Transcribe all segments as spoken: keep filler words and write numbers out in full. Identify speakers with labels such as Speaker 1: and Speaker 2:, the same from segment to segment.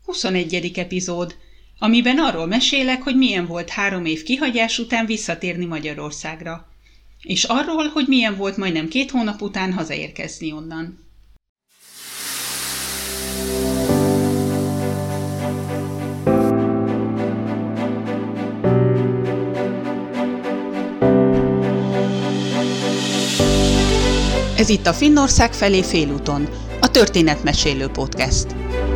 Speaker 1: huszonegyedik epizód, amiben arról mesélek, hogy milyen volt három év kihagyás után visszatérni Magyarországra. És arról, hogy milyen volt majdnem két hónap után hazaérkezni onnan. Ez itt a Finnország felé félúton, a Történetmesélő Podcast.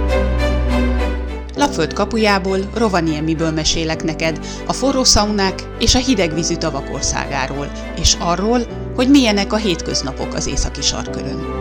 Speaker 1: Lapföld kapujából, Rovaniemiből mesélek neked a forró szaunák és a hidegvízű tavak országáról, és arról, hogy milyenek a hétköznapok az északi sarkkörön.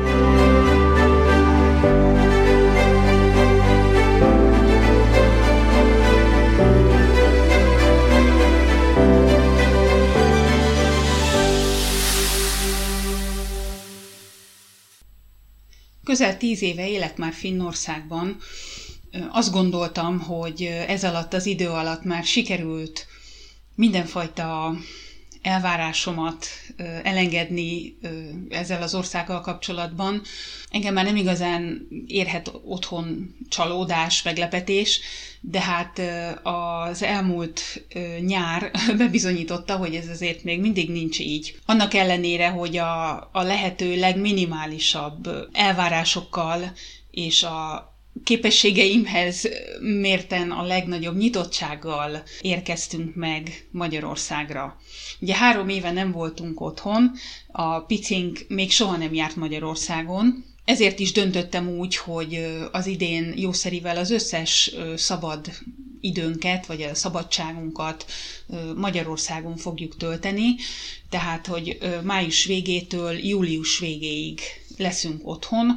Speaker 1: Közel tíz éve élek már Finnországban. Azt gondoltam, hogy ez alatt az idő alatt már sikerült mindenfajta elvárásomat elengedni ezzel az országgal kapcsolatban. Engem már nem igazán érhet otthon csalódás, meglepetés, de hát az elmúlt nyár bebizonyította, hogy ez azért még mindig nincs így. Annak ellenére, hogy a, a lehető legminimálisabb elvárásokkal és a képességeimhez mérten a legnagyobb nyitottsággal érkeztünk meg Magyarországra. Ugye három éve nem voltunk otthon, a picink még soha nem járt Magyarországon, ezért is döntöttem úgy, hogy az idén jószerivel az összes szabad időnket, vagy a szabadságunkat Magyarországon fogjuk tölteni, tehát, hogy május végétől július végéig leszünk otthon,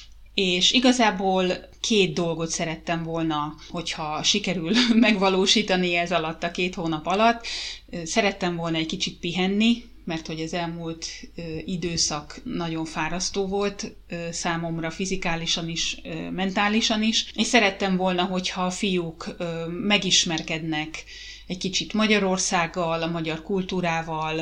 Speaker 1: és igazából két dolgot szerettem volna, hogyha sikerül megvalósítani ez alatt a két hónap alatt. Szerettem volna egy kicsit pihenni, mert hogy az elmúlt időszak nagyon fárasztó volt számomra fizikálisan is, mentálisan is, és szerettem volna, hogyha a fiúk megismerkednek egy kicsit Magyarországgal, a magyar kultúrával,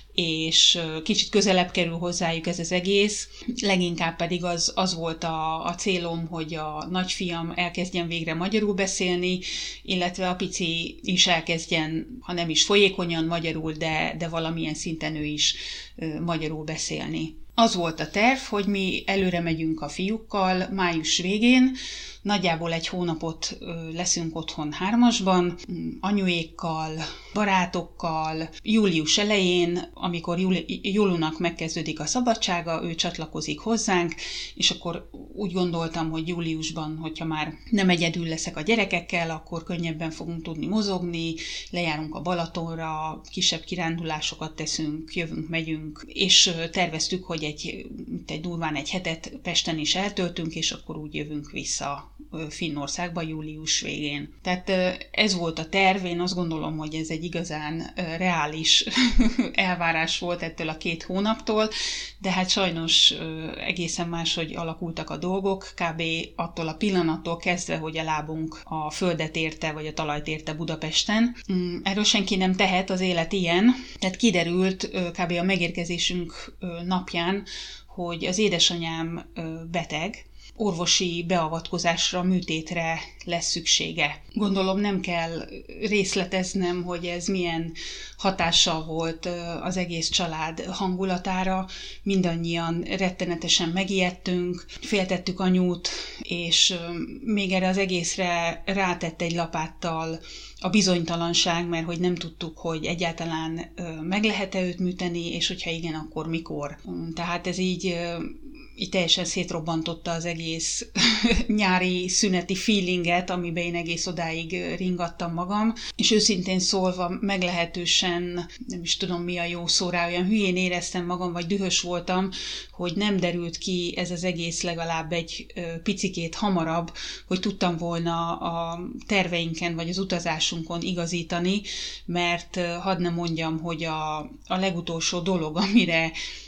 Speaker 1: és kicsit közelebb kerül hozzájuk ez az egész. Leginkább pedig az, az volt a, a célom, hogy a nagyfiam elkezdjen végre magyarul beszélni, illetve a pici is elkezdjen, ha nem is folyékonyan magyarul, de, de valamilyen szinten ő is magyarul beszélni. Az volt a terv, hogy mi előre megyünk a fiúkkal május végén, nagyjából egy hónapot leszünk otthon hármasban, anyuékkal, barátokkal. Július elején, amikor Julunak megkezdődik a szabadsága, ő csatlakozik hozzánk, és akkor úgy gondoltam, hogy júliusban, hogyha már nem egyedül leszek a gyerekekkel, akkor könnyebben fogunk tudni mozogni, lejárunk a Balatonra, kisebb kirándulásokat teszünk, jövünk, megyünk, és terveztük, hogy egy, egy durván egy hetet Pesten is eltöltünk, és akkor úgy jövünk vissza Finnországba július végén. Tehát ez volt a terv, én azt gondolom, hogy ez egy igazán reális elvárás volt ettől a két hónaptól, de hát sajnos egészen máshogy alakultak a dolgok, kb. Attól a pillanattól kezdve, hogy a lábunk a földet érte, vagy a talajt érte Budapesten. Erről senki nem tehet, az élet ilyen. Tehát kiderült kb. A megérkezésünk napján, hogy az édesanyám beteg, orvosi beavatkozásra, műtétre lesz szüksége. Gondolom nem kell részleteznem, hogy ez milyen hatással volt az egész család hangulatára. Mindannyian rettenetesen megijedtünk, féltettük anyút, és még erre az egészre rátett egy lapáttal a bizonytalanság, mert hogy nem tudtuk, hogy egyáltalán meg lehet-e őt műteni, és hogyha igen, akkor mikor. Tehát ez így így teljesen szétrobbantotta az egész nyári szüneti feelinget, amiben én egész odáig ringattam magam, és őszintén szólva meglehetősen, nem is tudom mi a jó szó rá, olyan hülyén éreztem magam, vagy dühös voltam, hogy nem derült ki ez az egész legalább egy picikét hamarabb, hogy tudtam volna a terveinken, vagy az utazásunkon igazítani, mert hadd ne mondjam, hogy a, a legutolsó dolog, amire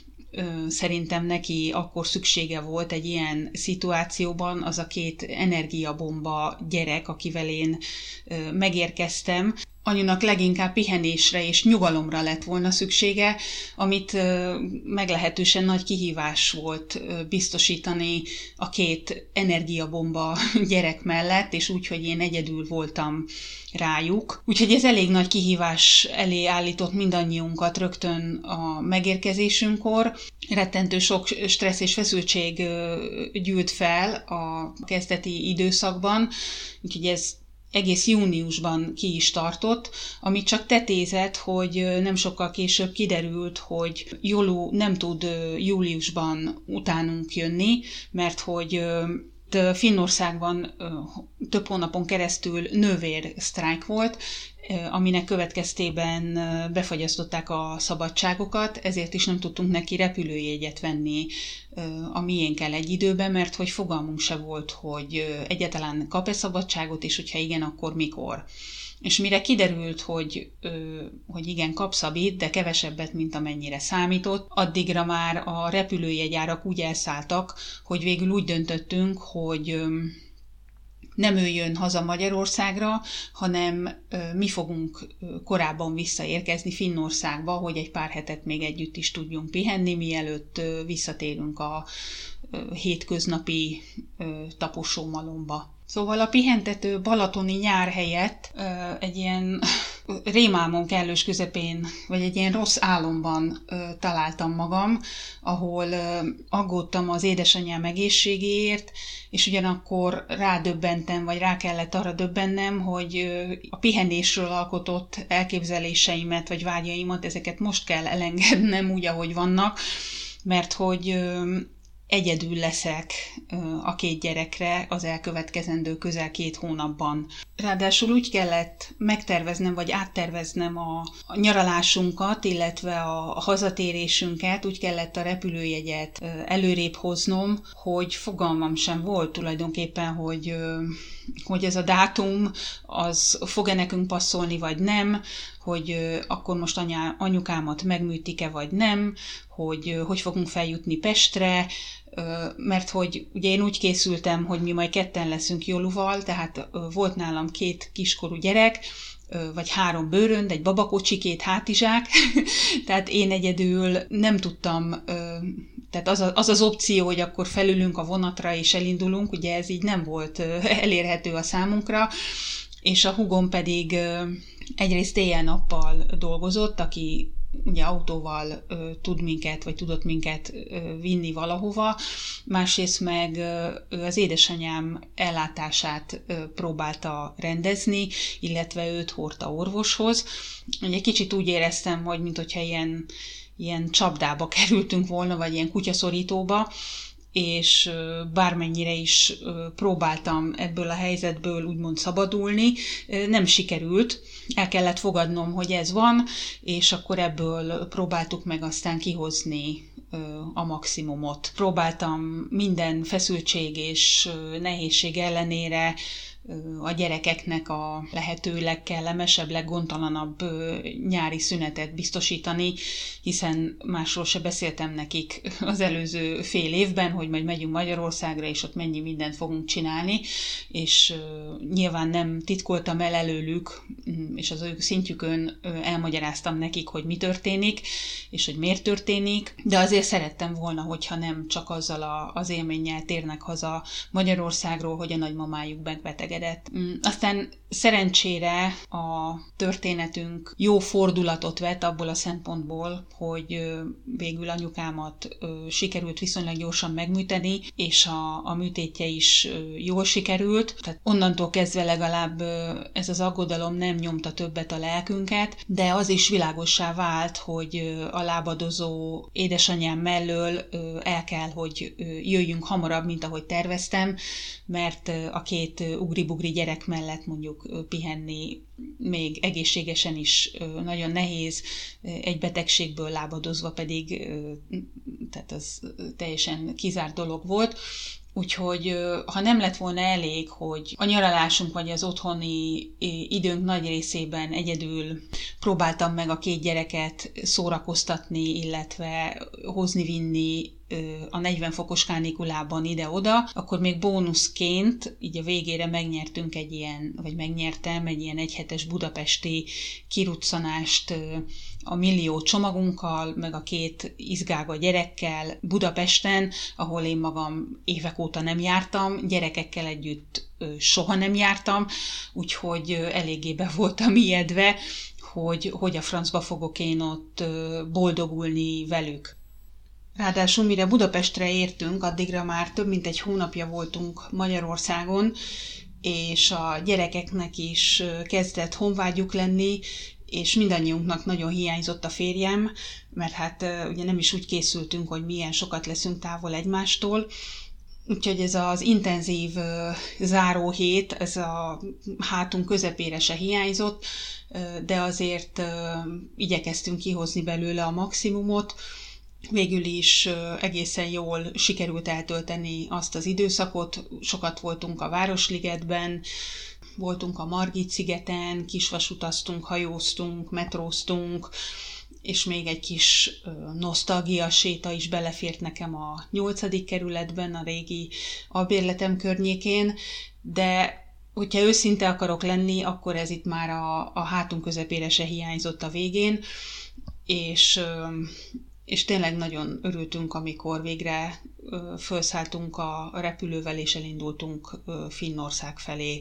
Speaker 1: szerintem neki akkor szüksége volt egy ilyen szituációban, az a két energiabomba gyerek, akivel én megérkeztem, anyunak leginkább pihenésre és nyugalomra lett volna szüksége, amit meglehetősen nagy kihívás volt biztosítani a két energiabomba gyerek mellett, és úgy, hogy én egyedül voltam rájuk. Úgyhogy ez elég nagy kihívás elé állított mindannyiunkat rögtön a megérkezésünkkor. Rettentő sok stressz és feszültség gyűlt fel a kezdeti időszakban, úgyhogy ez egész júniusban ki is tartott, ami csak tetézett, hogy nem sokkal később kiderült, hogy Jolu nem tud júliusban utánunk jönni, mert hogy Finnországban több hónapon keresztül nővérsztrájk volt, aminek következtében befagyasztották a szabadságokat, ezért is nem tudtunk neki repülőjegyet venni a miénkkel egy időben, mert hogy fogalmunk se volt, hogy egyáltalán kap-e szabadságot, és hogyha igen, akkor mikor. És mire kiderült, hogy, hogy igen, kap szabít, de kevesebbet, mint amennyire számított, addigra már a repülőjegyárak úgy elszálltak, hogy végül úgy döntöttünk, hogy nem ő jön haza Magyarországra, hanem mi fogunk korábban visszaérkezni Finnországba, hogy egy pár hetet még együtt is tudjunk pihenni, mielőtt visszatérünk a hétköznapi taposómalomba. Szóval a pihentető balatoni nyár helyett egy ilyen rémálmon kellős közepén, vagy egy ilyen rossz álomban találtam magam, ahol aggódtam az édesanyám egészségéért, és ugyanakkor rádöbbentem, vagy rá kellett arra döbbennem, hogy a pihenésről alkotott elképzeléseimet, vagy vágyaimat, ezeket most kell elengednem úgy, ahogy vannak, mert hogy egyedül leszek a két gyerekre az elkövetkezendő közel két hónapban. Ráadásul úgy kellett megterveznem, vagy átterveznem a, a nyaralásunkat, illetve a, a hazatérésünket, úgy kellett a repülőjegyet előrébb hoznom, hogy fogalmam sem volt tulajdonképpen, hogy, hogy ez a dátum az fog-e nekünk passzolni, vagy nem, hogy akkor most anyá, anyukámat megműtik-e, vagy nem, hogy hogy fogunk feljutni Pestre, mert hogy ugye én úgy készültem, hogy mi majd ketten leszünk Joluval, tehát volt nálam két kiskorú gyerek, vagy három bőrönd, egy babakocsi, két hátizsák, tehát én egyedül nem tudtam, tehát az, a, az az opció, hogy akkor felülünk a vonatra és elindulunk, ugye ez így nem volt elérhető a számunkra, és a húgom pedig egyrészt éjjel-nappal dolgozott, aki ugye autóval ö, tud minket, vagy tudott minket ö, vinni valahova, másrészt meg ö, az édesanyám ellátását ö, próbálta rendezni, illetve őt hordta orvoshoz. Ugye kicsit úgy éreztem, hogy minthogyha ilyen, ilyen csapdába kerültünk volna, vagy ilyen kutyaszorítóba, és bármennyire is próbáltam ebből a helyzetből úgymond szabadulni, nem sikerült. El kellett fogadnom, hogy ez van, és akkor ebből próbáltuk meg aztán kihozni a maximumot. Próbáltam minden feszültség és nehézség ellenére a gyerekeknek a lehető legkellemesebb, leggondtalanabb nyári szünetet biztosítani, hiszen másról se beszéltem nekik az előző fél évben, hogy majd megyünk Magyarországra, és ott mennyi mindent fogunk csinálni, és nyilván nem titkoltam el előlük, és az ő szintjükön elmagyaráztam nekik, hogy mi történik, és hogy miért történik, de azért szerettem volna, hogyha nem csak azzal a, az élménnyel térnek haza Magyarországról, hogy a nagymamájuk megbetegedett. Aztán szerencsére a történetünk jó fordulatot vett abból a szempontból, hogy végül anyukámat sikerült viszonylag gyorsan megműteni, és a, a műtétje is jól sikerült. Tehát onnantól kezdve legalább ez az aggodalom nem nyomta többet a lelkünket, de az is világossá vált, hogy a lábadozó édesanyám mellől el kell, hogy jöjjünk hamarabb, mint ahogy terveztem, mert a két ugri-bugri gyerek mellett mondjuk pihenni még egészségesen is nagyon nehéz, egy betegségből lábadozva pedig, tehát az teljesen kizárt dolog volt. Úgyhogy ha nem lett volna elég, hogy a nyaralásunk vagy az otthoni időnk nagy részében egyedül próbáltam meg a két gyereket szórakoztatni, illetve hozni-vinni a negyven fokos kánikulában ide-oda, akkor még bónuszként így a végére megnyertünk egy ilyen, vagy megnyertem egy ilyen egyhetes budapesti kiruccanást a millió csomagunkkal, meg a két izgága gyerekkel Budapesten, ahol én magam évek óta nem jártam, gyerekekkel együtt soha nem jártam, úgyhogy eléggé be voltam ijedve, hogy, hogy a francba fogok én ott boldogulni velük. Ráadásul mire Budapestre értünk, addigra már több mint egy hónapja voltunk Magyarországon, és a gyerekeknek is kezdett honvágyuk lenni, és mindannyiunknak nagyon hiányzott a férjem, mert hát ugye nem is úgy készültünk, hogy milyen sokat leszünk távol egymástól. Úgyhogy ez az intenzív záróhét, ez a hátunk közepére se hiányzott, de azért igyekeztünk kihozni belőle a maximumot. Végül is egészen jól sikerült eltölteni azt az időszakot, sokat voltunk a Városligetben, voltunk a Margit-szigeten, kisvasutaztunk, hajóztunk, metróztunk, és még egy kis nosztalgia séta is belefért nekem a nyolcadik kerületben, a régi albérletem környékén, de hogyha őszinte akarok lenni, akkor ez itt már a, a hátunk közepére se hiányzott a végén, és, és tényleg nagyon örültünk, amikor végre felszálltunk a repülővel, és elindultunk Finnország felé.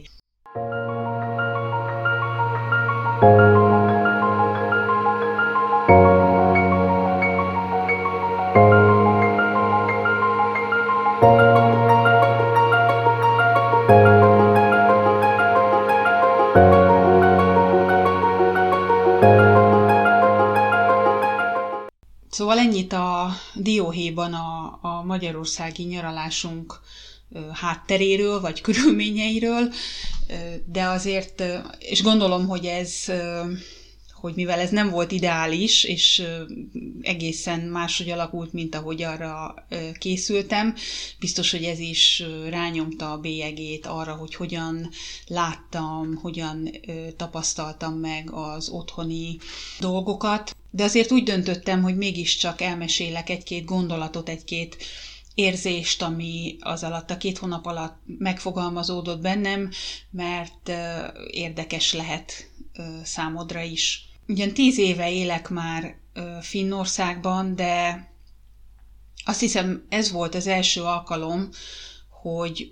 Speaker 1: Szóval ennyit a dióhéjban a, a magyarországi nyaralásunk hátteréről, vagy körülményeiről, de azért, és gondolom, hogy ez, hogy mivel ez nem volt ideális, és egészen máshogy alakult, mint ahogy arra készültem, biztos, hogy ez is rányomta a bélyegét arra, hogy hogyan láttam, hogyan tapasztaltam meg az otthoni dolgokat. De azért úgy döntöttem, hogy mégiscsak elmesélek egy-két gondolatot, egy-két érzést, ami az alatt a két hónap alatt megfogalmazódott bennem, mert érdekes lehet számodra is. Ugyan tíz éve élek már Finnországban, de azt hiszem ez volt az első alkalom, hogy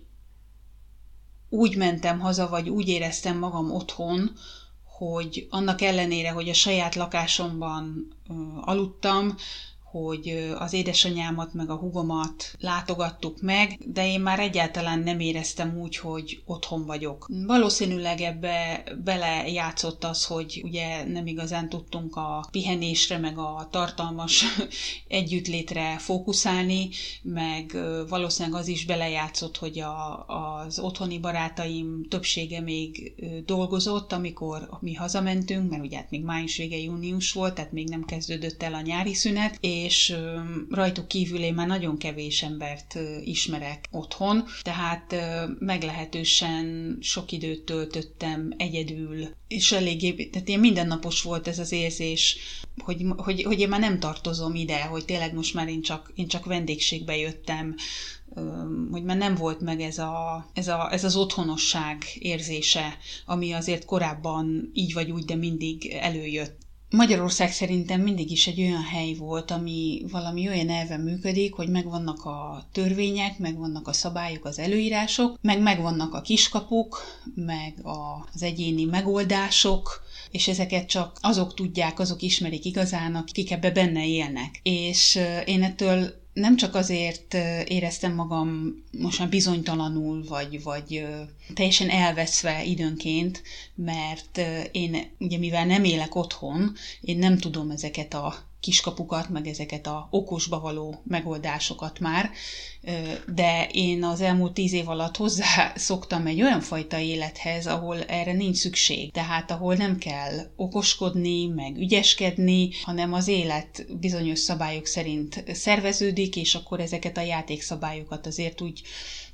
Speaker 1: úgy mentem haza, vagy úgy éreztem magam otthon, hogy annak ellenére, hogy a saját lakásomban aludtam, hogy az édesanyámat meg a húgomat látogattuk meg, de én már egyáltalán nem éreztem úgy, hogy otthon vagyok. Valószínűleg ebbe belejátszott az, hogy ugye nem igazán tudtunk a pihenésre, meg a tartalmas együttlétre fókuszálni, meg valószínűleg az is belejátszott, hogy a, az otthoni barátaim többsége még dolgozott, amikor mi hazamentünk, mert ugye hát még május vége, június volt, tehát még nem kezdődött el a nyári szünet, és rajtuk kívül én már nagyon kevés embert ismerek otthon, tehát meglehetősen sok időt töltöttem egyedül, és eléggé, tehát ilyen mindennapos volt ez az érzés, hogy, hogy, hogy én már nem tartozom ide, hogy tényleg most már én csak, én csak vendégségbe jöttem, hogy már nem volt meg ez, a, ez, a, ez az otthonosság érzése, ami azért korábban így vagy úgy, de mindig előjött. Magyarország szerintem mindig is egy olyan hely volt, ami valami olyan elven működik, hogy megvannak a törvények, megvannak a szabályok, az előírások, meg megvannak a kiskapuk, meg az egyéni megoldások, és ezeket csak azok tudják, azok ismerik igazán, akik ebbe benne élnek. És én ettől nem csak azért éreztem magam most már bizonytalanul, vagy, vagy teljesen elveszve időnként, mert én ugye mivel nem élek otthon, én nem tudom ezeket a kiskapukat, meg ezeket a okosba való megoldásokat már, de én az elmúlt tíz év alatt hozzászoktam egy olyan fajta élethez, ahol erre nincs szükség. Tehát ahol nem kell okoskodni, meg ügyeskedni, hanem az élet bizonyos szabályok szerint szerveződik, és akkor ezeket a játékszabályokat azért úgy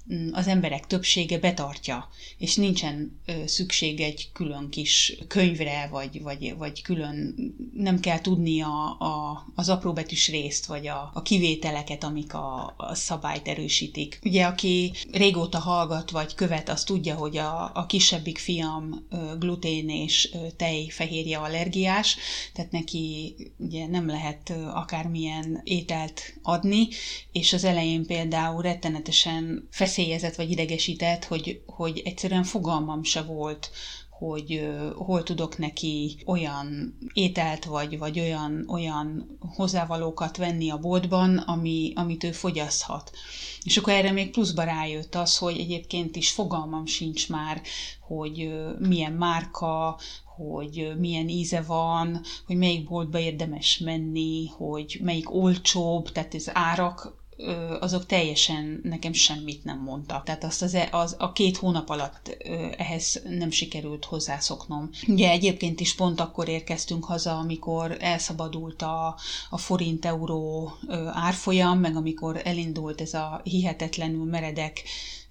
Speaker 1: az emberek többsége betartja, és nincsen szükség egy külön kis könyvre, vagy, vagy, vagy külön nem kell tudni a, a, az apróbetűs részt, vagy a, a kivételeket, amik a, a szabályt erősítik. Ugye, aki régóta hallgat, vagy követ, az tudja, hogy a, a kisebbik fiam glutén és tejfehérje allergiás, tehát neki ugye nem lehet akármilyen ételt adni, és az elején például rettenetesen feszélyezett vagy idegesített, hogy, hogy egyszerűen fogalmam se volt, hogy uh, hol tudok neki olyan ételt, vagy, vagy olyan, olyan hozzávalókat venni a boltban, ami, amit ő fogyaszthat. És akkor erre még pluszba rájött az, hogy egyébként is fogalmam sincs már, hogy uh, milyen márka, hogy uh, milyen íze van, hogy melyik boltba érdemes menni, hogy melyik olcsóbb, tehát az árak azok teljesen nekem semmit nem mondtak. Tehát azt az, az a két hónap alatt ehhez nem sikerült hozzászoknom. Ugye egyébként is pont akkor érkeztünk haza, amikor elszabadult a, a forint-euró árfolyam, meg amikor elindult ez a hihetetlenül meredek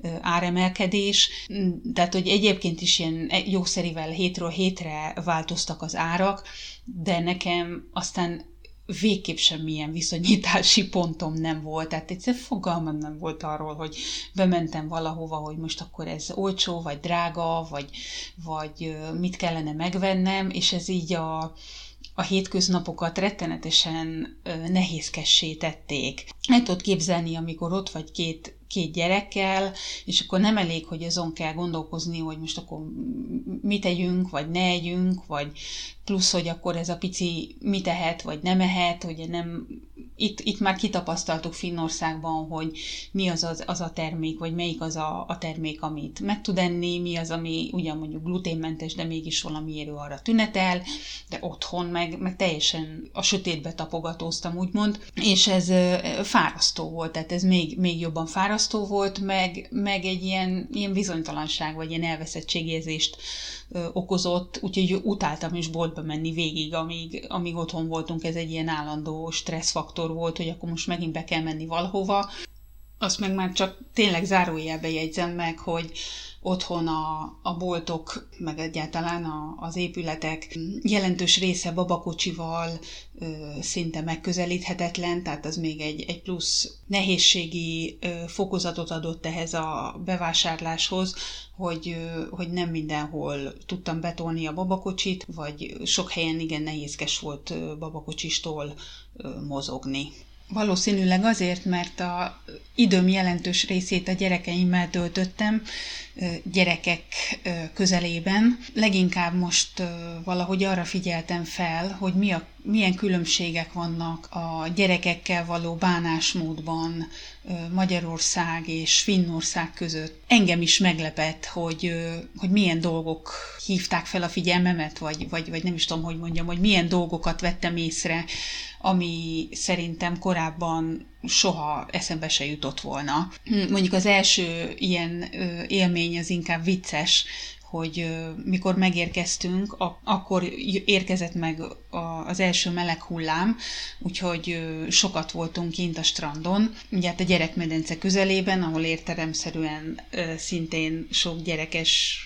Speaker 1: áremelkedés. Tehát, hogy egyébként is ilyen jószerivel hétről hétre változtak az árak, de nekem aztán végképp semmilyen viszonyítási pontom nem volt, tehát egyszer fogalmam nem volt arról, hogy bementem valahova, hogy most akkor ez olcsó, vagy drága, vagy, vagy mit kellene megvennem, és ez így a, a hétköznapokat rettenetesen nehézkessé tették. El tudod képzelni, amikor ott vagy két két gyerekkel, és akkor nem elég, hogy azon kell gondolkozni, hogy most akkor mit tegyünk, vagy ne együnk, vagy plusz, hogy akkor ez a pici mit ehet, vagy nem ehet, ugye nem, itt, itt már kitapasztaltuk Finnországban, hogy mi az, az, az a termék, vagy melyik az a, a termék, amit meg tud enni, mi az, ami ugyan mondjuk gluténmentes, de mégis valamiért arra tünetel, de otthon meg, meg teljesen a sötétbe tapogatóztam, úgymond, és ez fárasztó volt, tehát ez még, még jobban fárasztó volt, meg, meg egy ilyen, ilyen bizonytalanság, vagy ilyen elveszettségérzést ö, okozott, úgyhogy utáltam is boltba menni végig, amíg, amíg otthon voltunk, ez egy ilyen állandó stresszfaktor volt, hogy akkor most megint be kell menni valahova. Azt meg már csak tényleg zárójelbe jegyzem meg, hogy otthon a, a boltok, meg egyáltalán a, az épületek jelentős része babakocsival ö, szinte megközelíthetetlen, tehát az még egy, egy plusz nehézségi ö, fokozatot adott ehhez a bevásárláshoz, hogy, ö, hogy nem mindenhol tudtam betolni a babakocsit, vagy sok helyen igen nehézkes volt ö, babakocsistól ö, mozogni. Valószínűleg azért, mert a időm jelentős részét a gyerekeimmel töltöttem, gyerekek közelében. Leginkább most valahogy arra figyeltem fel, hogy mi a, milyen különbségek vannak a gyerekekkel való bánásmódban Magyarország és Finnország között. Engem is meglepett, hogy, hogy milyen dolgok hívták fel a figyelmemet, vagy, vagy, vagy nem is tudom, hogy mondjam, hogy milyen dolgokat vettem észre, ami szerintem korábban soha eszembe se jutott volna. Mondjuk az első ilyen élmény az inkább vicces, hogy mikor megérkeztünk, akkor érkezett meg az első meleg hullám, úgyhogy sokat voltunk kint a strandon, ugye hát a gyerekmedence közelében, ahol értelemszerűen szintén sok gyerekes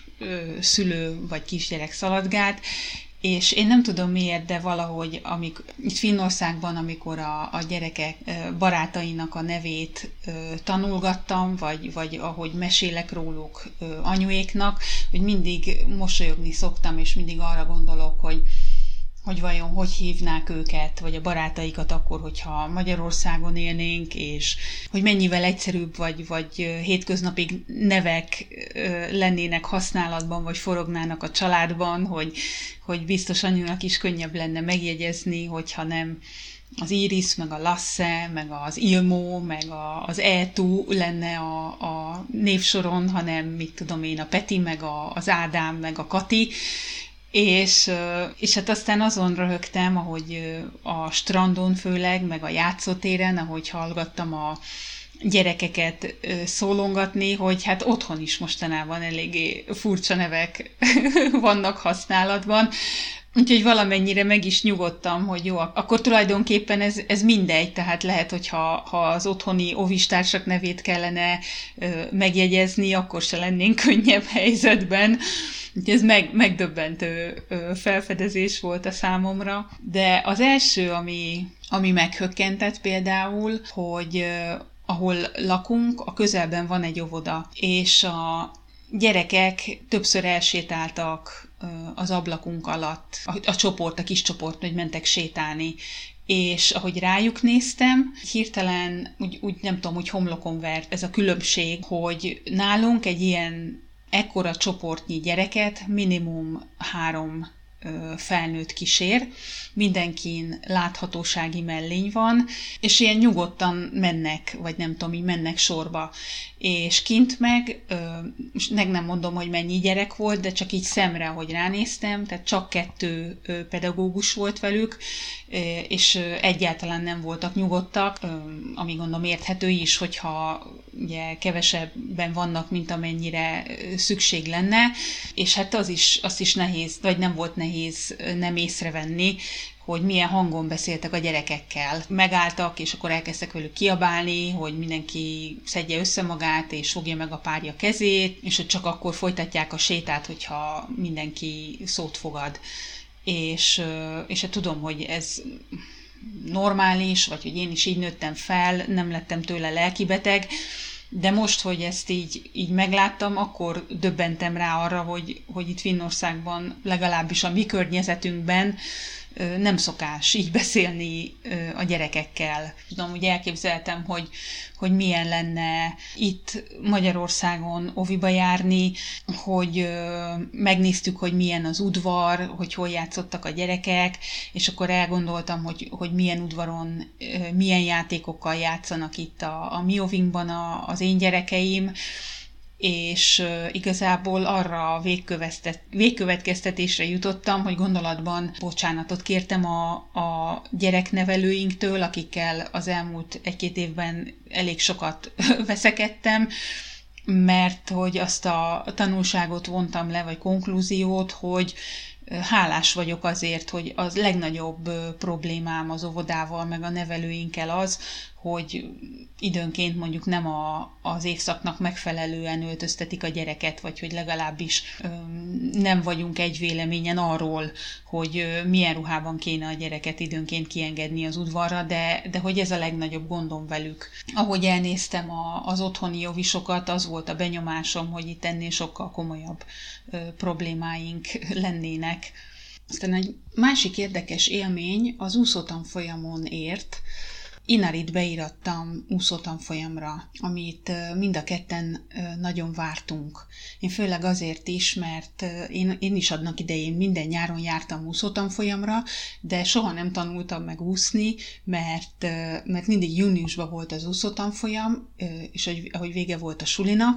Speaker 1: szülő vagy kisgyerek szaladgált, és én nem tudom miért, de valahogy amik, itt Finnországban, amikor a, a gyerekek barátainak a nevét tanulgattam, vagy, vagy ahogy mesélek róluk anyuéknak, hogy mindig mosolyogni szoktam, és mindig arra gondolok, hogy hogy vajon hogy hívnák őket, vagy a barátaikat akkor, hogyha Magyarországon élnénk, és hogy mennyivel egyszerűbb, vagy, vagy hétköznapi nevek lennének használatban, vagy forognának a családban, hogy, hogy biztos anyunak is könnyebb lenne megjegyezni, hogyha nem az Iris, meg a Lasse, meg az Ilmo, meg a, az Eetu lenne a, a névsoron, hanem mit tudom én, a Peti, meg a, az Ádám, meg a Kati. És, és hát aztán azon röhögtem, ahogy a strandon főleg, meg a játszótéren, ahogy hallgattam a gyerekeket szólongatni, hogy hát otthon is mostanában eléggé furcsa nevek vannak használatban. Úgyhogy valamennyire meg is nyugodtam, hogy jó, akkor tulajdonképpen ez, ez mindegy, tehát lehet, hogy ha, ha az otthoni óvistársak nevét kellene ö, megjegyezni, akkor se lennénk könnyebb helyzetben. Úgyhogy ez meg, megdöbbentő ö, felfedezés volt a számomra. De az első, ami, ami meghökkentett például, hogy ö, ahol lakunk, a közelben van egy óvoda, és a gyerekek többször elsétáltak az ablakunk alatt, a, a csoport, a kis csoport, hogy mentek sétálni, és ahogy rájuk néztem, hirtelen úgy, úgy nem tudom, hogy homlokon vert ez a különbség, hogy nálunk egy ilyen ekkora csoportnyi gyereket minimum három felnőtt kísér, mindenkin láthatósági mellény van, és ilyen nyugodtan mennek, vagy nem tudom, így mennek sorba. És kint meg, meg nem mondom, hogy mennyi gyerek volt, de csak így szemre, ahogy ránéztem, tehát csak kettő pedagógus volt velük, és egyáltalán nem voltak nyugodtak, ami gondolom érthető is, hogyha ugye kevesebben vannak, mint amennyire szükség lenne, és hát az is, az is nehéz, vagy nem volt nehéz nem észrevenni, hogy milyen hangon beszéltek a gyerekekkel. Megálltak, és akkor elkezdtek velük kiabálni, hogy mindenki szedje össze magát, és fogja meg a párja kezét, és hogy csak akkor folytatják a sétát, hogyha mindenki szót fogad. És, és hát tudom, hogy ez normális, vagy hogy én is így nőttem fel, nem lettem tőle lelkibeteg, de most, hogy ezt így, így megláttam, akkor döbbentem rá arra, hogy, hogy itt Finnországban, legalábbis a mi környezetünkben nem szokás így beszélni a gyerekekkel. Tudom, hogy elképzeltem, hogy, hogy milyen lenne itt Magyarországon oviba járni, hogy megnéztük, hogy milyen az udvar, hogy hol játszottak a gyerekek, és akkor elgondoltam, hogy, hogy milyen udvaron, milyen játékokkal játszanak itt a, a mi ovinkban a, az én gyerekeim, és uh, igazából arra a végkövetkeztetésre jutottam, hogy gondolatban bocsánatot kértem a, a gyereknevelőinktől, akikkel az elmúlt egy-két évben elég sokat veszekedtem, mert hogy azt a tanulságot vontam le, vagy konklúziót, hogy hálás vagyok azért, hogy az legnagyobb problémám az óvodával, meg a nevelőinkkel az, hogy időnként mondjuk nem a, az évszaknak megfelelően öltöztetik a gyereket, vagy hogy legalábbis ö, nem vagyunk egy véleményen arról, hogy ö, milyen ruhában kéne a gyereket időnként kiengedni az udvarra, de, de hogy ez a legnagyobb gondom velük. Ahogy elnéztem a, az otthoni óvisokat, az volt a benyomásom, hogy itt ennél sokkal komolyabb ö, problémáink lennének. Aztán egy másik érdekes élmény az úszótanfolyamon ért. Inarit beírattam úszótanfolyamra, amit mind a ketten nagyon vártunk. Én főleg azért is, mert én, én is annak idején minden nyáron jártam úszótanfolyamra, de soha nem tanultam meg úszni, mert, mert mindig júniusban volt az úszótanfolyam, és ahogy vége volt a sulinak,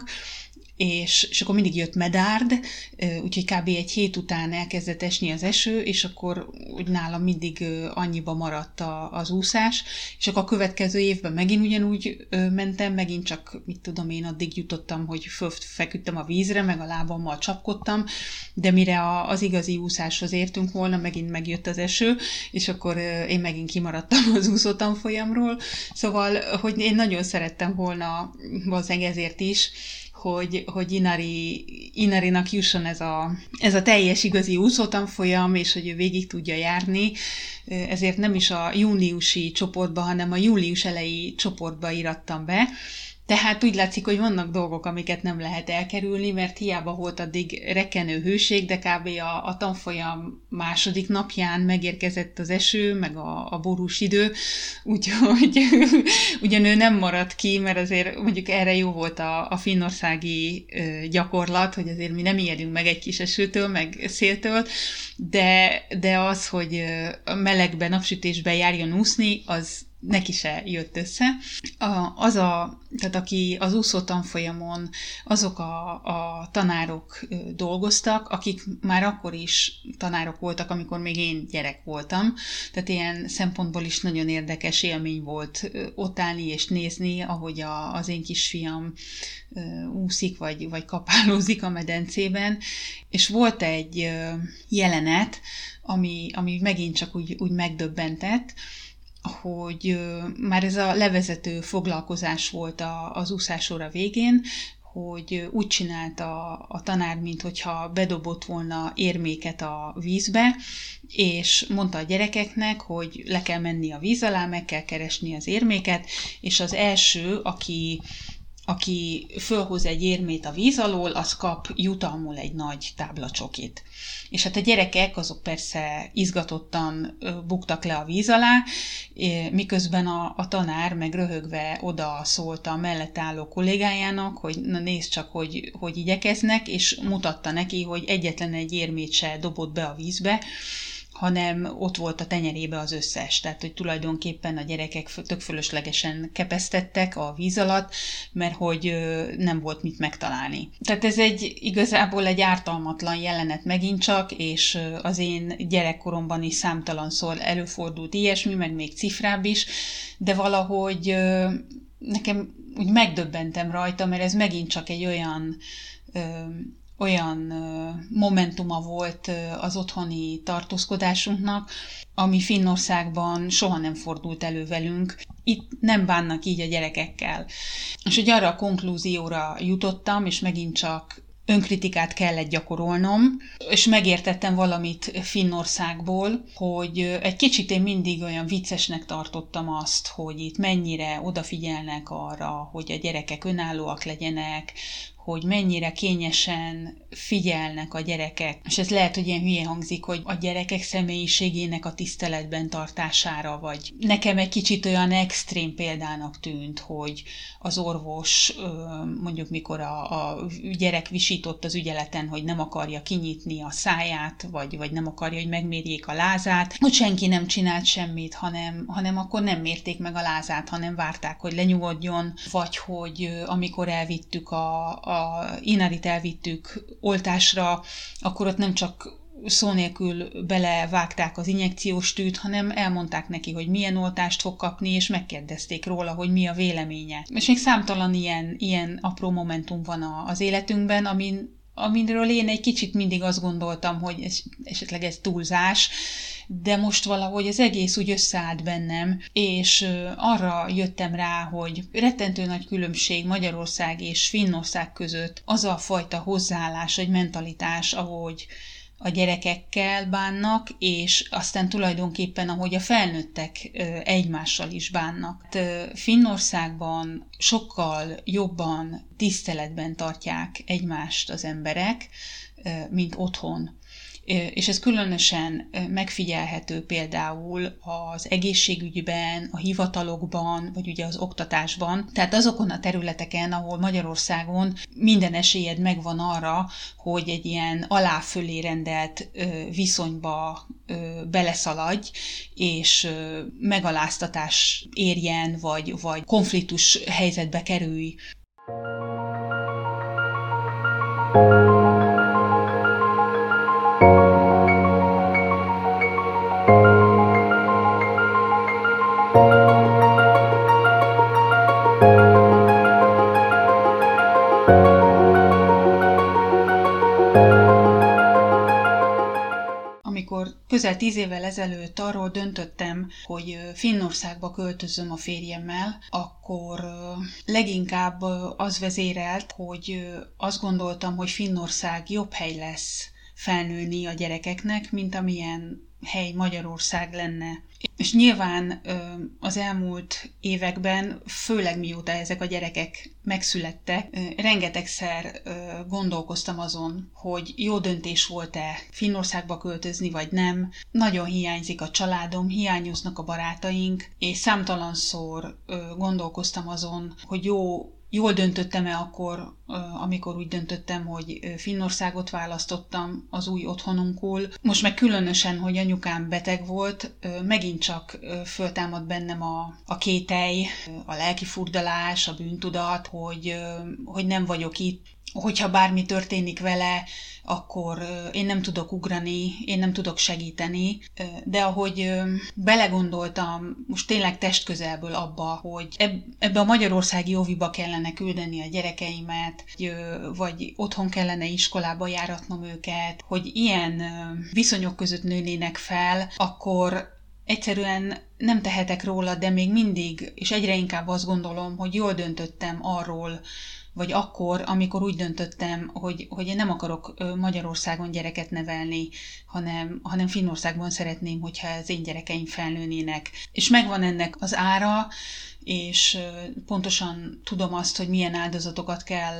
Speaker 1: És, és akkor mindig jött medárd, úgyhogy kb. Egy hét után elkezdett esni az eső, és akkor úgy nálam mindig annyiba maradt a, az úszás, és akkor a következő évben megint ugyanúgy mentem, megint csak, mit tudom én, addig jutottam, hogy feküdtem a vízre, meg a lábammal csapkodtam, de mire a, az igazi úszáshoz értünk volna, megint megjött az eső, és akkor én megint kimaradtam az úszótanfolyamról. Szóval, hogy én nagyon szerettem volna, valószínűleg ezért is, hogy, hogy Inari, Inarinak jusson ez a, ez a teljes igazi úszótanfolyam, és hogy ő végig tudja járni. Ezért nem is a júniusi csoportba, hanem a július eleji csoportba irattam be. Tehát úgy látszik, hogy vannak dolgok, amiket nem lehet elkerülni, mert hiába volt addig rekenő hőség, de kb. A, a tanfolyam második napján megérkezett az eső, meg a, a borús idő, úgyhogy ugyan ő nem maradt ki, mert azért mondjuk erre jó volt a, a finnországi gyakorlat, hogy azért mi nem ijedünk meg egy kis esőtől, meg széltől, de, de az, hogy melegben, napsütésben járjon úszni, az neki se jött össze. A, az a, tehát aki az úszó tanfolyamon, azok a, a tanárok dolgoztak, akik már akkor is tanárok voltak, amikor még én gyerek voltam. Tehát ilyen szempontból is nagyon érdekes élmény volt ott állni és nézni, ahogy a, az én kisfiam úszik, vagy, vagy kapálózik a medencében. És volt egy jelenet, ami, ami megint csak úgy, úgy megdöbbentett, hogy már ez a levezető foglalkozás volt az úszásóra végén, hogy úgy csinálta a tanár, minthogyha bedobott volna érméket a vízbe, és mondta a gyerekeknek, hogy le kell menni a víz alá, meg kell keresni az érméket, és az első, aki aki fölhoz egy érmét a víz alól, az kap jutalmul egy nagy táblacsokit. És hát a gyerekek azok persze izgatottan buktak le a víz alá, miközben a, a tanár meg röhögve oda szólt a mellett álló kollégájának, hogy na nézd csak, hogy, hogy igyekeznek, és mutatta neki, hogy egyetlen egy érmét se dobott be a vízbe, hanem ott volt a tenyerébe az összes. Tehát, hogy tulajdonképpen a gyerekek tök fölöslegesen kepesztettek a víz alatt, mert hogy nem volt mit megtalálni. Tehát ez egy igazából egy ártalmatlan jelenet megint csak, és az én gyerekkoromban is számtalanszor előfordult ilyesmi, meg még cifrább is, de valahogy nekem úgy megdöbbentem rajta, mert ez megint csak egy olyan olyan momentuma volt az otthoni tartózkodásunknak, ami Finnországban soha nem fordult elő velünk. Itt nem bánnak így a gyerekekkel. És hogy arra a konklúzióra jutottam, és megint csak önkritikát kellett gyakorolnom, és megértettem valamit Finnországból, hogy egy kicsit én mindig olyan viccesnek tartottam azt, hogy itt mennyire odafigyelnek arra, hogy a gyerekek önállóak legyenek, hogy mennyire kényesen figyelnek a gyerekek. És ez lehet, hogy ilyen hülye hangzik, hogy a gyerekek személyiségének a tiszteletben tartására, vagy nekem egy kicsit olyan extrém példának tűnt, hogy az orvos mondjuk mikor a, a gyerek visított az ügyeleten, hogy nem akarja kinyitni a száját, vagy, vagy nem akarja, hogy megmérjék a lázát, hogy senki nem csinált semmit, hanem, hanem akkor nem mérték meg a lázát, hanem várták, hogy lenyugodjon, vagy hogy amikor elvittük a, a a Inarit elvittük oltásra, akkor ott nem csak szó nélkül belevágták az injekciós tűt, hanem elmondták neki, hogy milyen oltást fog kapni, és megkérdezték róla, hogy mi a véleménye. És még számtalan ilyen, ilyen apró momentum van az életünkben, amin amiről én egy kicsit mindig azt gondoltam, hogy ez, esetleg ez túlzás, de most valahogy az egész úgy összeállt bennem, és arra jöttem rá, hogy rettentő nagy különbség Magyarország és Finnország között az a fajta hozzáállás, vagy mentalitás, ahogy a gyerekekkel bánnak, és aztán tulajdonképpen, ahogy a felnőttek egymással is bánnak. Finnországban sokkal jobban tiszteletben tartják egymást az emberek, mint otthon. És ez különösen megfigyelhető például az egészségügyben, a hivatalokban, vagy ugye az oktatásban. Tehát azokon a területeken, ahol Magyarországon minden esélyed megvan arra, hogy egy ilyen alá-fölé rendelt viszonyba beleszaladj, és megaláztatás érjen, vagy, vagy konfliktus helyzetbe kerülj. Amikor közel tíz évvel ezelőtt arról döntöttem, hogy Finnországba költözöm a férjemmel, akkor leginkább az vezérelt, hogy azt gondoltam, hogy Finnország jobb hely lesz felnőni a gyerekeknek, mint amilyen hely Magyarország lenne. És nyilván az elmúlt években, főleg mióta ezek a gyerekek megszülettek, rengetegszer gondolkoztam azon, hogy jó döntés volt-e Finnországba költözni, vagy nem. Nagyon hiányzik a családom, hiányoznak a barátaink, és számtalanszor gondolkoztam azon, hogy jó jól döntöttem-e akkor, amikor úgy döntöttem, hogy Finnországot választottam az új otthonunkul. Most meg különösen, hogy anyukám beteg volt, megint csak föltámad bennem a, a kételj, a lelkifurdalás, a bűntudat, hogy, hogy nem vagyok itt, hogyha bármi történik vele, akkor én nem tudok ugrani, én nem tudok segíteni, de ahogy belegondoltam, most tényleg testközelből abba, hogy ebbe a magyarországi óviba kellene küldeni a gyerekeimet, vagy otthon kellene iskolába járatnom őket, hogy ilyen viszonyok között nőnének fel, akkor egyszerűen nem tehetek róla, de még mindig, és egyre inkább azt gondolom, hogy jól döntöttem arról, vagy akkor, amikor úgy döntöttem, hogy, hogy én nem akarok Magyarországon gyereket nevelni, hanem, hanem Finnországban szeretném, hogyha az én gyerekeim felnőnének. És megvan ennek az ára, és pontosan tudom azt, hogy milyen áldozatokat kell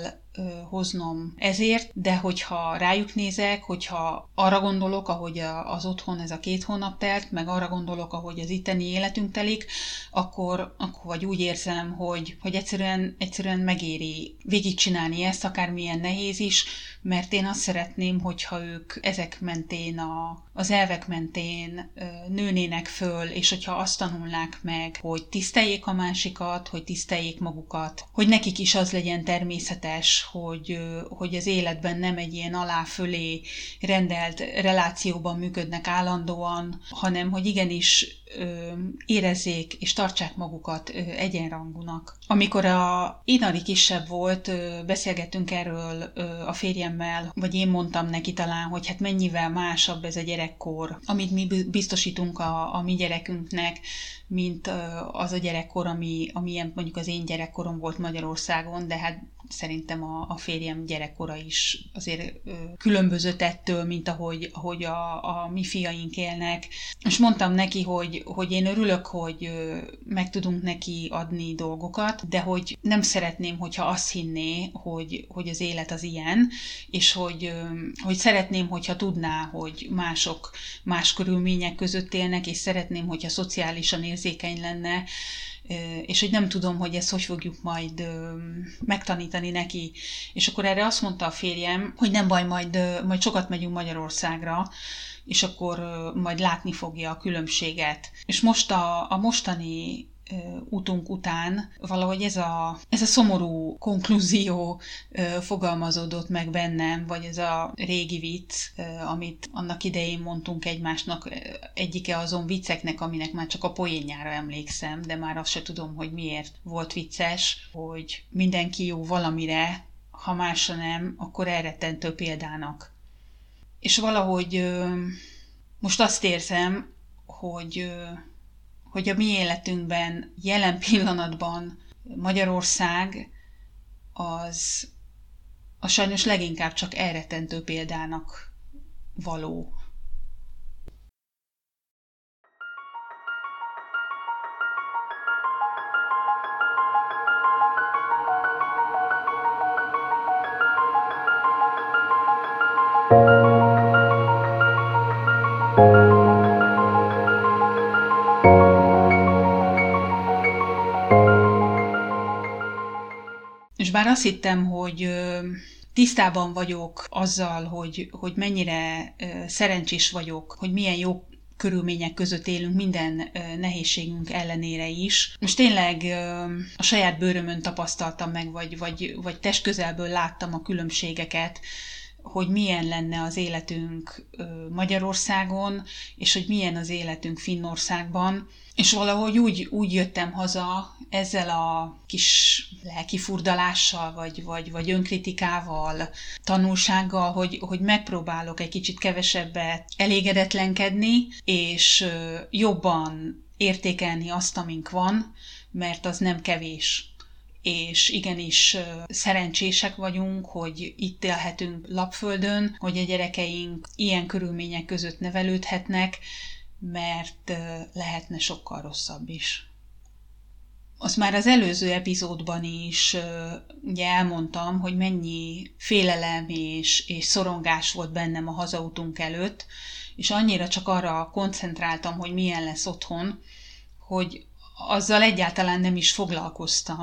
Speaker 1: hoznom ezért, de hogyha rájuk nézek, hogyha arra gondolok, ahogy az otthon ez a két hónap telt, meg arra gondolok, ahogy az itteni életünk telik, akkor, akkor vagy úgy érzem, hogy, hogy egyszerűen, egyszerűen megéri végigcsinálni ezt, akármilyen nehéz is, mert én azt szeretném, hogyha ők ezek mentén, a, az elvek mentén nőnének föl, és hogyha azt tanulnák meg, hogy tiszteljék a másikat, hogy tiszteljék magukat, hogy nekik is az legyen természetes, hogy, hogy az életben nem egy ilyen alá-fölé rendelt relációban működnek állandóan, hanem hogy igenis ö, érezzék és tartsák magukat ö, egyenrangúnak. Amikor a Inari kisebb volt, ö, beszélgettünk erről ö, a férjemmel, vagy én mondtam neki talán, hogy hát mennyivel másabb ez a gyerekkor, amit mi biztosítunk a, a mi gyerekünknek, mint az a gyerekkor, ami, amilyen mondjuk az én gyerekkorom volt Magyarországon, de hát szerintem a, a férjem gyerekkora is azért ö, különbözött ettől, mint ahogy, ahogy a, a mi fiaink élnek. És mondtam neki, hogy, hogy én örülök, hogy ö, meg tudunk neki adni dolgokat, de hogy nem szeretném, hogyha azt hinné, hogy, hogy az élet az ilyen, és hogy, ö, hogy szeretném, hogyha tudná, hogy mások más körülmények között élnek, és szeretném, hogyha szociálisan érzékeny lenne, és hogy nem tudom, hogy ezt hogy fogjuk majd megtanítani neki. És akkor erre azt mondta a férjem, hogy nem baj, majd, majd sokat megyünk Magyarországra, és akkor majd látni fogja a különbséget. És most a, a mostani útunk után valahogy ez a, ez a szomorú konklúzió fogalmazódott meg bennem, vagy ez a régi vicc, amit annak idején mondtunk egymásnak, egyike azon vicceknek, aminek már csak a poénjára emlékszem, de már azt se tudom, hogy miért volt vicces, hogy mindenki jó valamire, ha másra nem, akkor elrettentő példának. És valahogy most azt érzem, hogy hogy a mi életünkben jelen pillanatban Magyarország az, az sajnos leginkább csak elrettentő példának való. És bár azt hittem, hogy tisztában vagyok azzal, hogy, hogy mennyire szerencsés vagyok, hogy milyen jó körülmények között élünk minden nehézségünk ellenére is. Most tényleg a saját bőrömön tapasztaltam meg, vagy, vagy, vagy testközelből láttam a különbségeket, hogy milyen lenne az életünk Magyarországon, és hogy milyen az életünk Finnországban. És valahogy úgy, úgy jöttem haza ezzel a kis lelkifurdalással, vagy, vagy, vagy önkritikával, tanulsággal, hogy, hogy megpróbálok egy kicsit kevesebbet elégedetlenkedni, és jobban értékelni azt, amink van, mert az nem kevés. És igenis szerencsések vagyunk, hogy itt élhetünk Lapföldön, hogy a gyerekeink ilyen körülmények között nevelődhetnek, mert lehetne sokkal rosszabb is. Azt már az előző epizódban is ugye elmondtam, hogy mennyi félelem és, és szorongás volt bennem a hazautunk előtt, és annyira csak arra koncentráltam, hogy milyen lesz otthon, hogy azzal egyáltalán nem is foglalkoztam,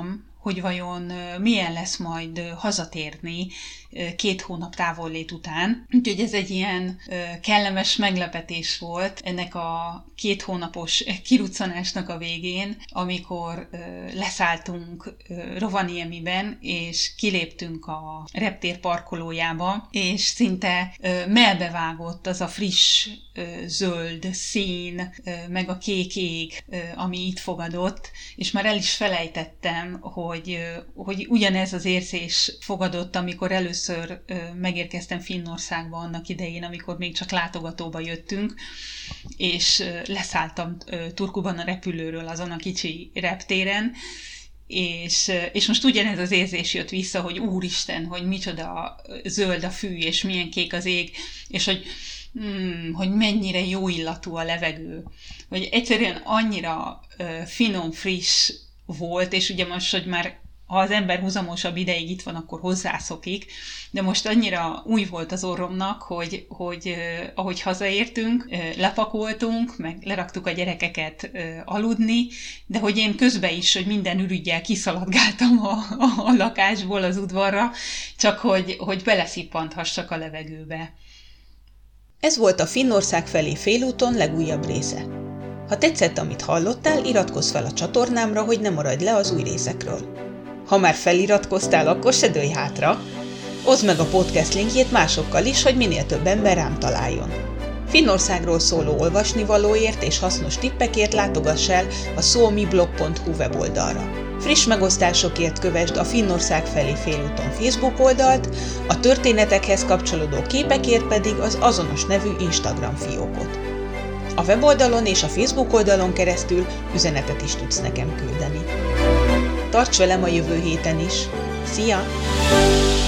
Speaker 1: hogy vajon milyen lesz majd hazatérni két hónap távollét után. Úgyhogy ez egy ilyen kellemes meglepetés volt ennek a két hónapos kiruccanásnak a végén, amikor leszálltunk Rovaniemiben, és kiléptünk a reptér parkolójába, és szinte mellbevágott az a friss zöld szín, meg a kék ég, ami itt fogadott, és már el is felejtettem, hogy, hogy ugyanez az érzés fogadott, amikor először megérkeztem Finnországba annak idején, amikor még csak látogatóba jöttünk, és leszálltam Turkuban a repülőről azon a kicsi reptéren, és, és most ugyanez az érzés jött vissza, hogy úristen, hogy micsoda zöld a fű, és milyen kék az ég, és hogy Hmm, hogy mennyire jó illatú a levegő, hogy egyszerűen annyira uh, finom, friss volt, és ugye most, hogy már ha az ember húzamosabb ideig itt van, akkor hozzászokik, de most annyira új volt az orromnak, hogy, hogy uh, ahogy hazaértünk, uh, lepakoltunk, meg leraktuk a gyerekeket uh, aludni, de hogy én közben is, hogy minden ürüggyel kiszaladgáltam a, a, a lakásból az udvarra, csak hogy, hogy beleszippanthassak a levegőbe.
Speaker 2: Ez volt a Finnország felé félúton legújabb része. Ha tetszett, amit hallottál, iratkozz fel a csatornámra, hogy ne maradj le az új részekről. Ha már feliratkoztál, akkor se dőlj hátra! Oszd meg a podcast linkjét másokkal is, hogy minél több ember rám találjon. Finnországról szóló olvasnivalóért és hasznos tippekért látogass el a suomiblog pont hu weboldalra. Friss megosztásokért kövesd a Finnország felé félúton Facebook oldalt, a történetekhez kapcsolódó képekért pedig az azonos nevű Instagram fiókot. A weboldalon és a Facebook oldalon keresztül üzenetet is tudsz nekem küldeni. Tarts velem a jövő héten is! Szia!